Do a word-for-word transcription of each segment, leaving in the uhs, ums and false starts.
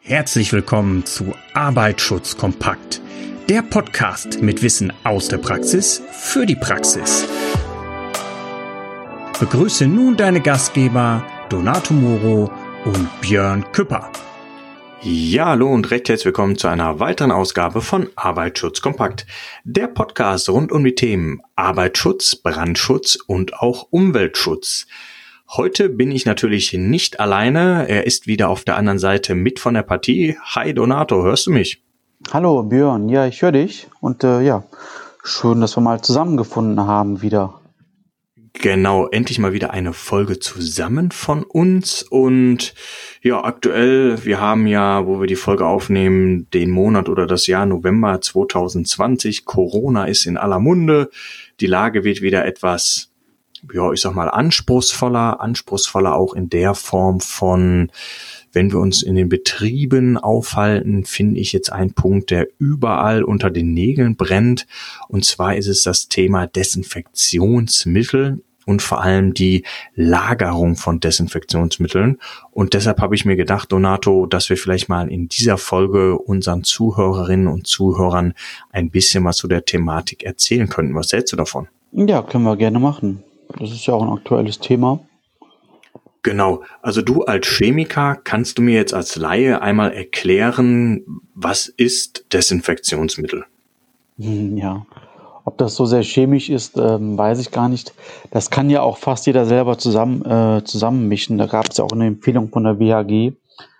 Herzlich willkommen zu Arbeitsschutz kompakt, der Podcast mit Wissen aus der Praxis für die Praxis. Begrüße nun deine Gastgeber Donato Moro und Björn Küpper. Ja, hallo und recht herzlich willkommen zu einer weiteren Ausgabe von Arbeitsschutz kompakt, der Podcast rund um die Themen Arbeitsschutz, Brandschutz und auch Umweltschutz. Heute bin ich natürlich nicht alleine, er ist wieder auf der anderen Seite mit von der Partie. Hi Donato, hörst du mich? Hallo Björn, ja, ich höre dich und äh, ja, schön, dass wir mal zusammengefunden haben wieder. Genau, endlich mal wieder eine Folge zusammen von uns und ja, aktuell, wir haben ja, wo wir die Folge aufnehmen, den Monat oder das Jahr November zwanzig zwanzig, Corona ist in aller Munde, die Lage wird wieder etwas, ja, ich sag mal anspruchsvoller, anspruchsvoller auch in der Form von, wenn wir uns in den Betrieben aufhalten, finde ich jetzt einen Punkt, der überall unter den Nägeln brennt. Und zwar ist es das Thema Desinfektionsmittel und vor allem die Lagerung von Desinfektionsmitteln. Und deshalb habe ich mir gedacht, Donato, dass wir vielleicht mal in dieser Folge unseren Zuhörerinnen und Zuhörern ein bisschen was zu der Thematik erzählen könnten. Was hältst du davon? Ja, können wir gerne machen. Das ist ja auch ein aktuelles Thema. Genau, also du als Chemiker, kannst du mir jetzt als Laie einmal erklären, was ist Desinfektionsmittel? Ja, ob das so sehr chemisch ist, ähm, weiß ich gar nicht. Das kann ja auch fast jeder selber zusammen äh, zusammenmischen. Da gab es ja auch eine Empfehlung von der W H G,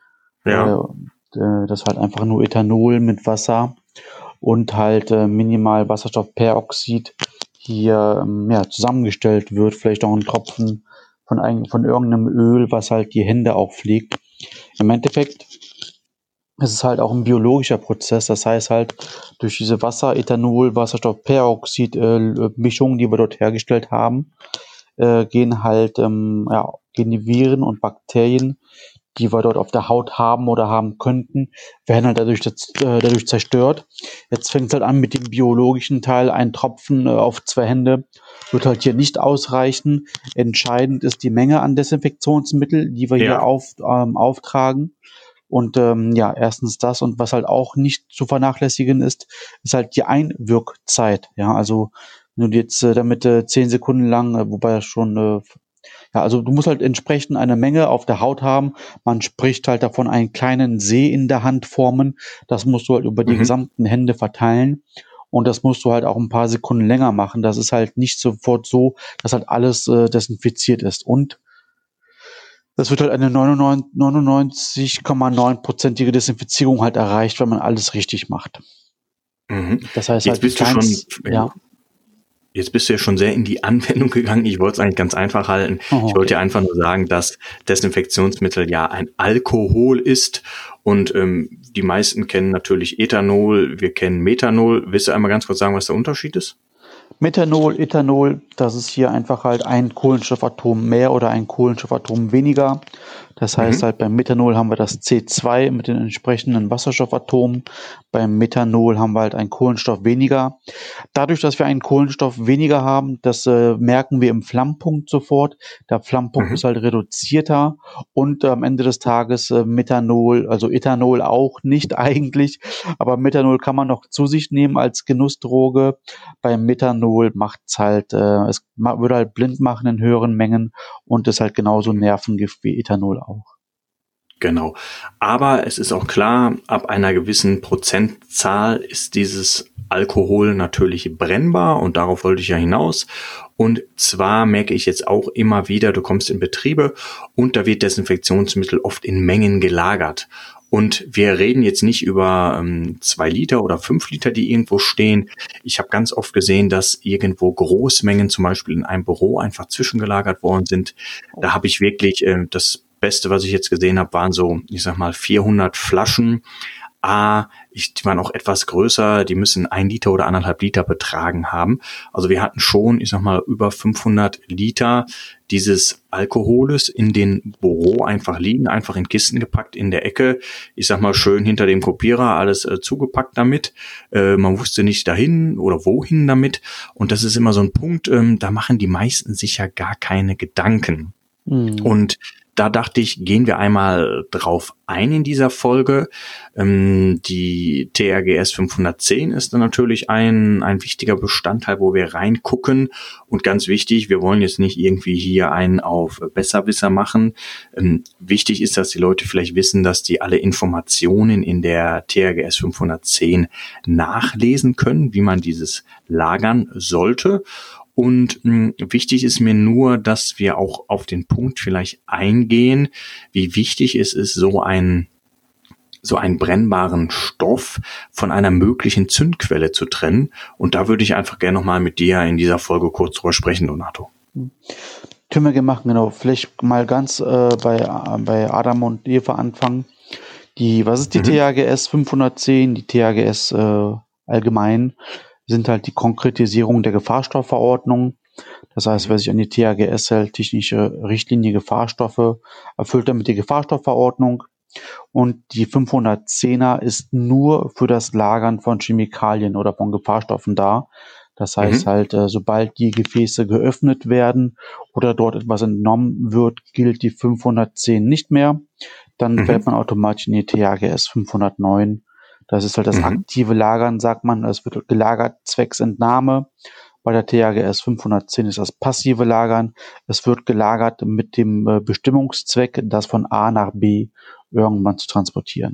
Ja. äh, dass halt einfach nur Ethanol mit Wasser und halt äh, minimal Wasserstoffperoxid hier ähm, ja, zusammengestellt wird. Vielleicht auch ein Tropfen von, ein, von irgendeinem Öl, was halt die Hände auch pflegt. Im Endeffekt ist es halt auch ein biologischer Prozess. Das heißt halt, durch diese Wasser-, Ethanol-, Wasserstoff-Peroxid-Mischung, die wir dort hergestellt haben, äh, gehen halt ähm, ja, gehen die Viren und Bakterien, die wir dort auf der Haut haben oder haben könnten, werden halt dadurch, das, äh, dadurch zerstört. Jetzt fängt es halt an mit dem biologischen Teil. Ein Tropfen äh, auf zwei Hände wird halt hier nicht ausreichen. Entscheidend ist die Menge an Desinfektionsmittel, die wir Ja. hier auf, ähm, auftragen. Und ähm, ja, erstens das, und was halt auch nicht zu vernachlässigen ist, ist halt die Einwirkzeit. Ja, also wenn du jetzt äh, damit äh, zehn Sekunden lang, äh, wobei das schon äh, ja, also du musst halt entsprechend eine Menge auf der Haut haben. Man spricht halt davon, einen kleinen See in der Hand formen. Das musst du halt über die Mhm. gesamten Hände verteilen. Und das musst du halt auch ein paar Sekunden länger machen. Das ist halt nicht sofort so, dass halt alles äh, desinfiziert ist. Und das wird halt eine neunundneunzig Komma neun-prozentige Desinfizierung halt erreicht, wenn man alles richtig macht. Mhm. Das heißt Jetzt halt, bist du kleins, schon, ja. Jetzt bist du ja schon sehr in die Anwendung gegangen. Ich wollte es eigentlich ganz einfach halten. Oh, okay. Ich wollte ja einfach nur sagen, dass Desinfektionsmittel ja ein Alkohol ist. Und ähm, die meisten kennen natürlich Ethanol, wir kennen Methanol. Willst du einmal ganz kurz sagen, was der Unterschied ist? Methanol, Ethanol, das ist hier einfach halt ein Kohlenstoffatom mehr oder ein Kohlenstoffatom weniger. Das heißt Mhm. halt, beim Methanol haben wir das C zwei mit den entsprechenden Wasserstoffatomen. Beim Methanol haben wir halt einen Kohlenstoff weniger. Dadurch, dass wir einen Kohlenstoff weniger haben, das äh, merken wir im Flammpunkt sofort. Der Flammpunkt Mhm. ist halt reduzierter und äh, am Ende des Tages äh, Methanol, also Ethanol auch nicht eigentlich, aber Methanol kann man noch zu sich nehmen als Genussdroge. Beim Methanol macht's halt, äh, es ma- würde halt blind machen in höheren Mengen und ist halt genauso Nervengift wie Ethanol auch. Genau. Aber es ist auch klar, ab einer gewissen Prozentzahl ist dieses Alkohol natürlich brennbar und darauf wollte ich ja hinaus. Und zwar merke ich jetzt auch immer wieder, du kommst in Betriebe und da wird Desinfektionsmittel oft in Mengen gelagert. Und wir reden jetzt nicht über ähm, zwei Liter oder fünf Liter, die irgendwo stehen. Ich habe ganz oft gesehen, dass irgendwo Großmengen zum Beispiel in einem Büro einfach zwischengelagert worden sind. Da habe ich wirklich äh, das Beste, was ich jetzt gesehen habe, waren so, ich sag mal, vierhundert Flaschen. Ah, ich, die waren auch etwas größer, die müssen ein Liter oder anderthalb Liter betragen haben. Also wir hatten schon, ich sag mal, über fünfhundert Liter dieses Alkoholes in den Büro einfach liegen, einfach in Kisten gepackt in der Ecke. Ich sag mal, schön hinter dem Kopierer, alles äh, zugepackt damit. Äh, man wusste nicht dahin oder wohin damit. Und das ist immer so ein Punkt, ähm, da machen die meisten sich ja gar keine Gedanken. Mhm. Und da dachte ich, gehen wir einmal drauf ein in dieser Folge. Ähm, die T R G S fünfhundertzehn ist dann natürlich ein, ein wichtiger Bestandteil, wo wir reingucken. Und ganz wichtig, wir wollen jetzt nicht irgendwie hier einen auf Besserwisser machen. Ähm, wichtig ist, dass die Leute vielleicht wissen, dass die alle Informationen in der T R G S fünfhundertzehn nachlesen können, wie man dieses lagern sollte. Und mh, wichtig ist mir nur, dass wir auch auf den Punkt vielleicht eingehen, wie wichtig es ist, so ein so einen brennbaren Stoff von einer möglichen Zündquelle zu trennen. Und da würde ich einfach gerne nochmal mit dir in dieser Folge kurz drüber sprechen, Donato. Können wir gerne machen, genau. Vielleicht mal ganz äh, bei, äh, bei Adam und Eva anfangen. Die, was ist die mhm. T R G S fünfhundertzehn? Die T R G S äh, allgemein sind halt die Konkretisierung der Gefahrstoffverordnung. Das heißt, wer sich an die T R G S hält, technische Richtlinie Gefahrstoffe, erfüllt damit die Gefahrstoffverordnung. Und die fünfhundertzehner ist nur für das Lagern von Chemikalien oder von Gefahrstoffen da. Das heißt mhm. halt, äh, sobald die Gefäße geöffnet werden oder dort etwas entnommen wird, gilt die fünfhundertzehn nicht mehr. Dann mhm. fällt man automatisch in die T R G S fünfhundertneun. Das ist halt das mhm. aktive Lagern, sagt man. Es wird gelagert zwecks Entnahme. Bei der T R G S fünfhundertzehn ist das passive Lagern. Es wird gelagert mit dem äh, Bestimmungszweck, das von A nach B irgendwann zu transportieren.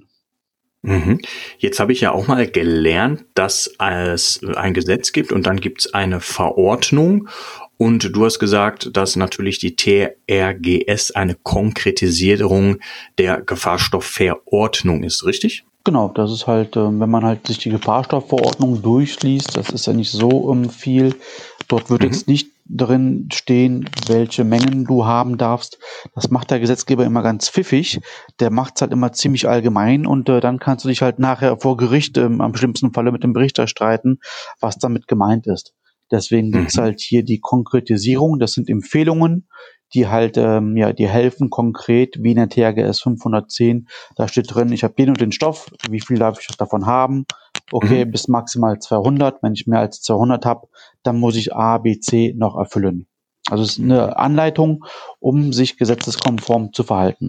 Mhm. Jetzt habe ich ja auch mal gelernt, dass es ein Gesetz gibt und dann gibt es eine Verordnung. Und du hast gesagt, dass natürlich die T R G S eine Konkretisierung der Gefahrstoffverordnung ist, richtig? Genau, das ist halt, wenn man halt sich die Gefahrstoffverordnung durchliest, das ist ja nicht so um, viel. Dort wird mhm. jetzt nicht drin stehen, welche Mengen du haben darfst. Das macht der Gesetzgeber immer ganz pfiffig. Der macht es halt immer ziemlich allgemein und äh, dann kannst du dich halt nachher vor Gericht ähm, am schlimmsten Falle mit dem Richter streiten, was damit gemeint ist. Deswegen gibt es mhm. halt hier die Konkretisierung, das sind Empfehlungen, die halt, ähm, ja, die helfen konkret, wie in der T R G S fünfhundertzehn. Da steht drin, ich habe den und den Stoff, wie viel darf ich davon haben? Okay, mhm. bis maximal zweihundert. Wenn ich mehr als zweihundert habe, dann muss ich A, B, C noch erfüllen. Also es ist eine Anleitung, um sich gesetzeskonform zu verhalten.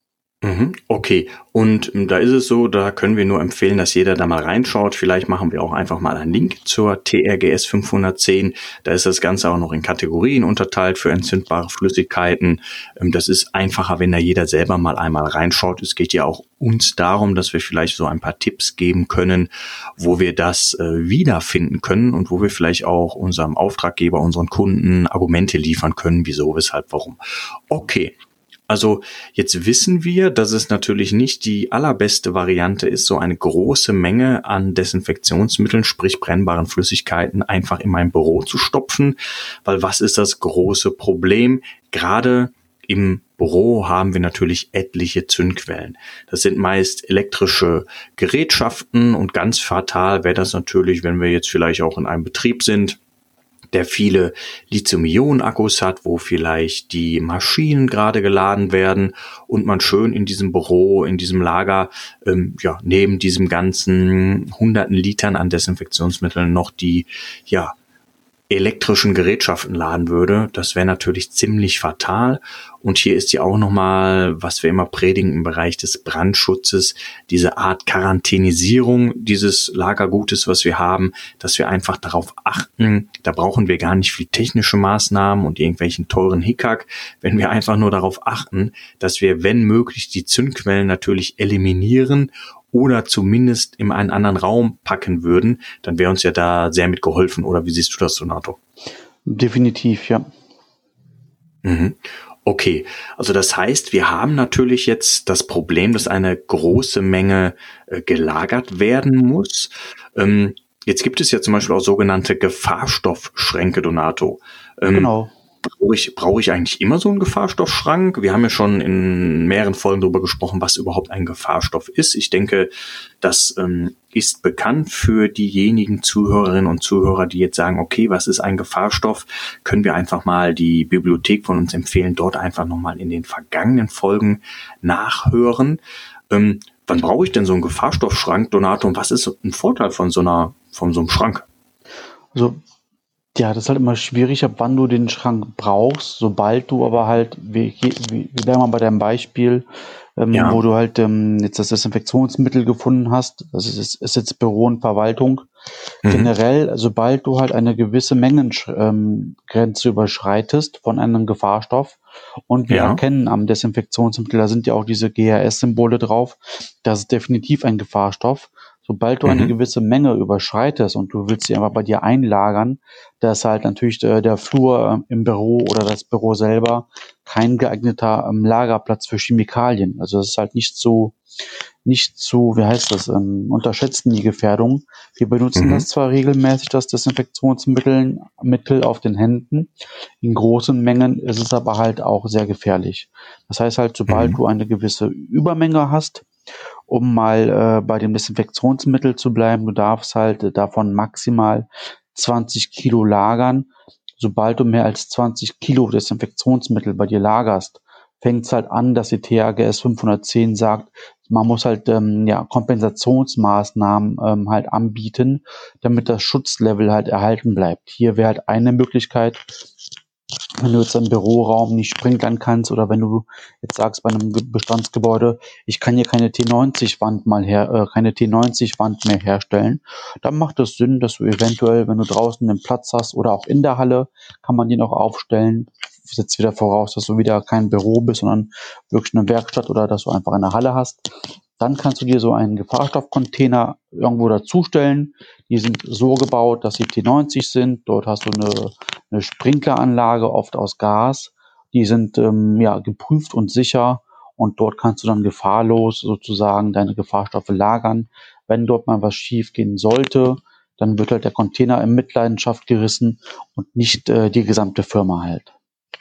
Okay, und da ist es so, da können wir nur empfehlen, dass jeder da mal reinschaut. Vielleicht machen wir auch einfach mal einen Link zur T R G S fünfhundertzehn. Da ist das Ganze auch noch in Kategorien unterteilt für entzündbare Flüssigkeiten. Das ist einfacher, wenn da jeder selber mal einmal reinschaut. Es geht ja auch uns darum, dass wir vielleicht so ein paar Tipps geben können, wo wir das äh, wiederfinden können und wo wir vielleicht auch unserem Auftraggeber, unseren Kunden Argumente liefern können, wieso, weshalb, warum. Okay. Also jetzt wissen wir, dass es natürlich nicht die allerbeste Variante ist, so eine große Menge an Desinfektionsmitteln, sprich brennbaren Flüssigkeiten, einfach in mein Büro zu stopfen. Weil was ist das große Problem? Gerade im Büro haben wir natürlich etliche Zündquellen. Das sind meist elektrische Gerätschaften und ganz fatal wäre das natürlich, wenn wir jetzt vielleicht auch in einem Betrieb sind, der viele Lithium-Ionen-Akkus hat, wo vielleicht die Maschinen gerade geladen werden und man schön in diesem Büro, in diesem Lager, ähm, ja, neben diesem ganzen hunderten Litern an Desinfektionsmitteln noch die, ja, elektrischen Gerätschaften laden würde. Das wäre natürlich ziemlich fatal. Und hier ist ja auch nochmal, was wir immer predigen im Bereich des Brandschutzes, diese Art Quarantänisierung dieses Lagergutes, was wir haben, dass wir einfach darauf achten. Da brauchen wir gar nicht viel technische Maßnahmen und irgendwelchen teuren Hickhack, wenn wir einfach nur darauf achten, dass wir, wenn möglich, die Zündquellen natürlich eliminieren oder zumindest in einen anderen Raum packen würden, dann wäre uns ja da sehr mit geholfen. Oder wie siehst du das, Donato? Definitiv, ja. Mhm. Okay, also das heißt, wir haben natürlich jetzt das Problem, dass eine große Menge äh, gelagert werden muss. Ähm, jetzt gibt es ja zum Beispiel auch sogenannte Gefahrstoffschränke, Donato. Ähm, genau. Brauche ich, brauche ich eigentlich immer so einen Gefahrstoffschrank? Wir haben ja schon in mehreren Folgen darüber gesprochen, was überhaupt ein Gefahrstoff ist. Ich denke, das ähm, ist bekannt für diejenigen Zuhörerinnen und Zuhörer, die jetzt sagen, okay, was ist ein Gefahrstoff? Können wir einfach mal die Bibliothek von uns empfehlen, dort einfach nochmal in den vergangenen Folgen nachhören. Ähm, wann brauche ich denn so einen Gefahrstoffschrank, Donato? Und was ist ein Vorteil von so einer, von so einem Schrank? Also Ja, das ist halt immer schwierig, ab wann du den Schrank brauchst. Sobald du aber halt, wie, wie, wir bleiben mal bei deinem Beispiel, ähm, Ja. wo du halt ähm, jetzt das Desinfektionsmittel gefunden hast, das ist, ist jetzt Büro und Verwaltung. Mhm. Generell, sobald du halt eine gewisse Mengengrenze ähm, Grenze überschreitest von einem Gefahrstoff, und wir Ja. erkennen am Desinfektionsmittel, da sind ja auch diese G H S-Symbole drauf, das ist definitiv ein Gefahrstoff. Sobald du eine Mhm. gewisse Menge überschreitest und du willst sie einfach bei dir einlagern, da ist halt natürlich äh, der Flur äh, im Büro oder das Büro selber kein geeigneter ähm, Lagerplatz für Chemikalien. Also es ist halt nicht so, nicht zu, wie heißt das, ähm, unterschätzen die Gefährdung. Wir benutzen Mhm. das zwar regelmäßig, das Desinfektionsmittel Mittel auf den Händen. In großen Mengen ist es aber halt auch sehr gefährlich. Das heißt halt, sobald Mhm. du eine gewisse Übermenge hast, um mal äh, bei dem Desinfektionsmittel zu bleiben, du darfst halt äh, davon maximal zwanzig Kilo lagern. Sobald du mehr als zwanzig Kilo Desinfektionsmittel bei dir lagerst, fängt es halt an, dass die T A G S fünfhundertzehn sagt, man muss halt ähm, ja, Kompensationsmaßnahmen ähm, halt anbieten, damit das Schutzlevel halt erhalten bleibt. Hier wäre halt eine Möglichkeit, wenn du jetzt im Büroraum nicht sprinklern kannst oder wenn du jetzt sagst bei einem Ge- Bestandsgebäude, ich kann hier keine T neunzig Wand mal her, äh, keine T neunzig Wand mehr herstellen, dann macht es Sinn, dass du eventuell, wenn du draußen einen Platz hast oder auch in der Halle, kann man die noch aufstellen. Ich setze wieder voraus, dass du wieder kein Büro bist, sondern wirklich eine Werkstatt oder dass du einfach eine Halle hast. Dann kannst du dir so einen Gefahrstoffcontainer irgendwo dazustellen. Die sind so gebaut, dass sie T neunzig sind. Dort hast du eine eine Sprinkleranlage, oft aus Gas. Die sind ähm, ja geprüft und sicher und dort kannst du dann gefahrlos sozusagen deine Gefahrstoffe lagern. Wenn dort mal was schief gehen sollte, dann wird halt der Container in Mitleidenschaft gerissen und nicht äh, die gesamte Firma halt.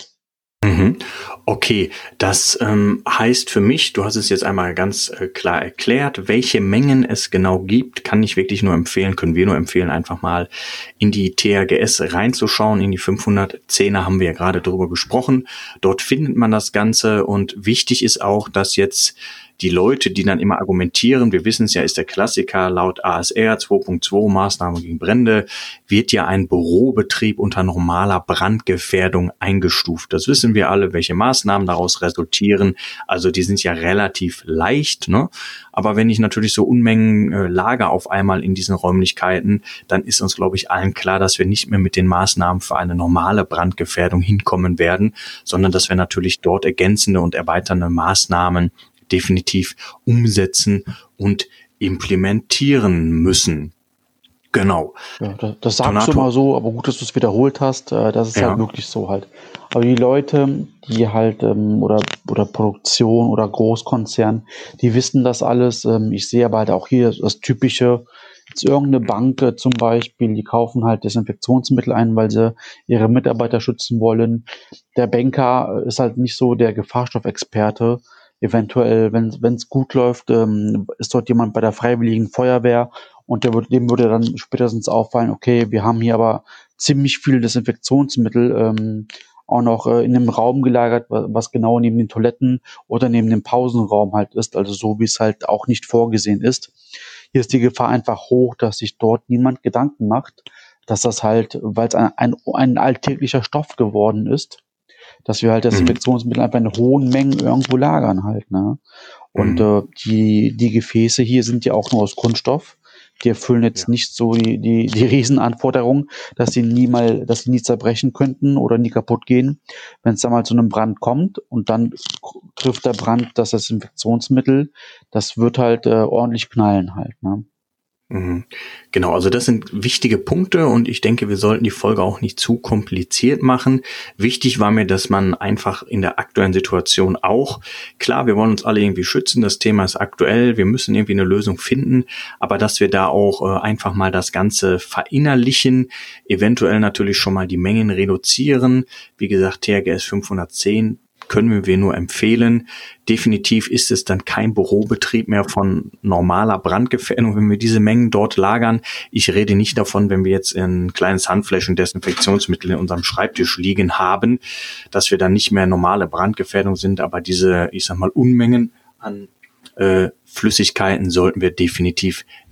Mhm. Okay, das ähm, heißt für mich, du hast es jetzt einmal ganz äh, klar erklärt, welche Mengen es genau gibt, kann ich wirklich nur empfehlen, können wir nur empfehlen, einfach mal in die T H G S reinzuschauen, in die fünfhundertzehner haben wir ja gerade drüber gesprochen. Dort findet man das Ganze und wichtig ist auch, dass jetzt die Leute, die dann immer argumentieren, wir wissen es ja, ist der Klassiker, laut A S R zwei Punkt zwei, Maßnahme gegen Brände, wird ja ein Bürobetrieb unter normaler Brandgefährdung eingestuft. Das wissen wir alle, welche Maßnahmen daraus resultieren. Also die sind ja relativ leicht, ne? Aber wenn ich natürlich so Unmengen äh, lager auf einmal in diesen Räumlichkeiten, dann ist uns, glaube ich, allen klar, dass wir nicht mehr mit den Maßnahmen für eine normale Brandgefährdung hinkommen werden, sondern dass wir natürlich dort ergänzende und erweiternde Maßnahmen definitiv umsetzen und implementieren müssen. Genau. Ja, das, das sagst Donato. du mal so, aber gut, dass du es wiederholt hast. Äh, das ist Ja. halt wirklich so halt. Aber die Leute, die halt ähm, oder oder Produktion oder Großkonzern, die wissen das alles. Ähm, ich sehe aber halt auch hier das Typische. Jetzt irgendeine Bank äh, zum Beispiel, die kaufen halt Desinfektionsmittel ein, weil sie ihre Mitarbeiter schützen wollen. Der Banker äh, ist halt nicht so der Gefahrstoffexperte. Eventuell, wenn wenn es gut läuft, ähm, ist dort jemand bei der Freiwilligen Feuerwehr und der wird, dem würde dann spätestens auffallen, okay, wir haben hier aber ziemlich viel Desinfektionsmittel ähm, auch noch äh, in einem Raum gelagert, wa- was genau neben den Toiletten oder neben dem Pausenraum halt ist, also so wie es halt auch nicht vorgesehen ist. Hier ist die Gefahr einfach hoch, dass sich dort niemand Gedanken macht, dass das halt, weil es ein, ein, ein alltäglicher Stoff geworden ist, dass wir halt Mhm. Desinfektionsmittel einfach in hohen Mengen irgendwo lagern halt, ne? Und Mhm. äh, die, die Gefäße hier sind ja auch nur aus Kunststoff. Die erfüllen jetzt Ja. nicht so die, die, die Riesenanforderungen, dass sie nie mal, dass sie nie zerbrechen könnten oder nie kaputt gehen. Wenn es da mal zu einem Brand kommt und dann trifft der Brand das Desinfektionsmittel, das wird halt äh, ordentlich knallen halt, ne? Mhm. Genau, also das sind wichtige Punkte und ich denke, wir sollten die Folge auch nicht zu kompliziert machen. Wichtig war mir, dass man einfach in der aktuellen Situation auch, klar, wir wollen uns alle irgendwie schützen, das Thema ist aktuell, wir müssen irgendwie eine Lösung finden, aber dass wir da auch äh, einfach mal das Ganze verinnerlichen, eventuell natürlich schon mal die Mengen reduzieren. Wie gesagt, T H G S fünfhundertzehn können wir nur empfehlen. Definitiv ist es dann kein Bürobetrieb mehr von normaler Brandgefährdung, wenn wir diese Mengen dort lagern. Ich rede nicht davon, wenn wir jetzt ein kleines Handflächen-Desinfektionsmittel in unserem Schreibtisch liegen haben, dass wir dann nicht mehr normale Brandgefährdung sind, aber diese, ich sag mal, Unmengen an äh, Flüssigkeiten sollten wir definitiv nicht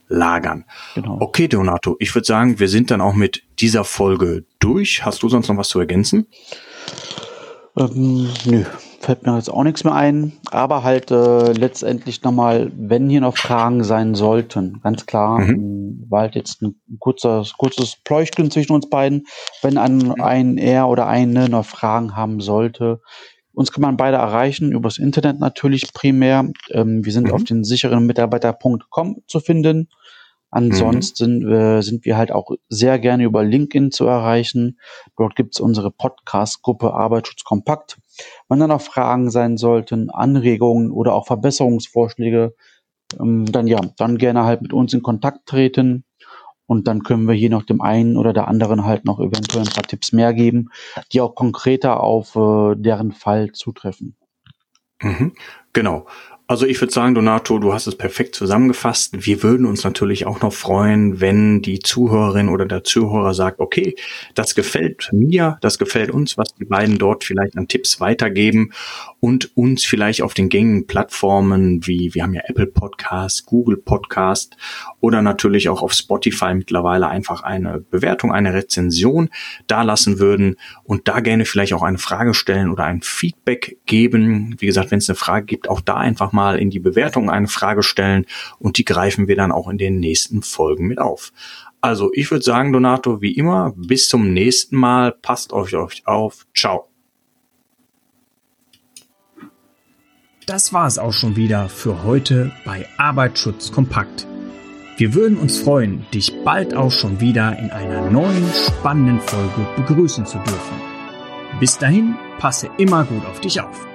lagern. Genau. Okay, Donato, ich würde sagen, wir sind dann auch mit dieser Folge durch. Hast du sonst noch was zu ergänzen? Ähm, nö, fällt mir jetzt auch nichts mehr ein. Aber halt äh, letztendlich nochmal, wenn hier noch Fragen sein sollten, ganz klar, Mhm. ähm, war halt jetzt ein kurzes, kurzes Pläuschchen zwischen uns beiden. Wenn ein, ein er oder eine noch Fragen haben sollte, uns kann man beide erreichen, übers Internet natürlich primär. Ähm, wir sind Mhm. auf den sicheren Mitarbeiter punkt com zu finden. Ansonsten äh, sind wir halt auch sehr gerne über LinkedIn zu erreichen. Dort gibt's unsere Podcast-Gruppe Arbeitsschutz Kompakt. Wenn da noch Fragen sein sollten, Anregungen oder auch Verbesserungsvorschläge, ähm, dann ja, dann gerne halt mit uns in Kontakt treten. Und dann können wir hier noch dem einen oder der anderen halt noch eventuell ein paar Tipps mehr geben, die auch konkreter auf äh, deren Fall zutreffen. Mhm. Genau. Also ich würde sagen, Donato, du hast es perfekt zusammengefasst. Wir würden uns natürlich auch noch freuen, wenn die Zuhörerin oder der Zuhörer sagt, okay, das gefällt mir, das gefällt uns, was die beiden dort vielleicht an Tipps weitergeben und uns vielleicht auf den gängigen Plattformen wie, wir haben ja Apple Podcast, Google Podcast oder natürlich auch auf Spotify mittlerweile einfach eine Bewertung, eine Rezension dalassen würden und da gerne vielleicht auch eine Frage stellen oder ein Feedback geben. Wie gesagt, wenn es eine Frage gibt, auch da einfach mal in die Bewertung eine Frage stellen und die greifen wir dann auch in den nächsten Folgen mit auf. Also ich würde sagen, Donato, wie immer, bis zum nächsten Mal. Passt auf euch auf. Ciao. Das war es auch schon wieder für heute bei Arbeitsschutz Kompakt. Wir würden uns freuen, dich bald auch schon wieder in einer neuen spannenden Folge begrüßen zu dürfen. Bis dahin, passe immer gut auf dich auf.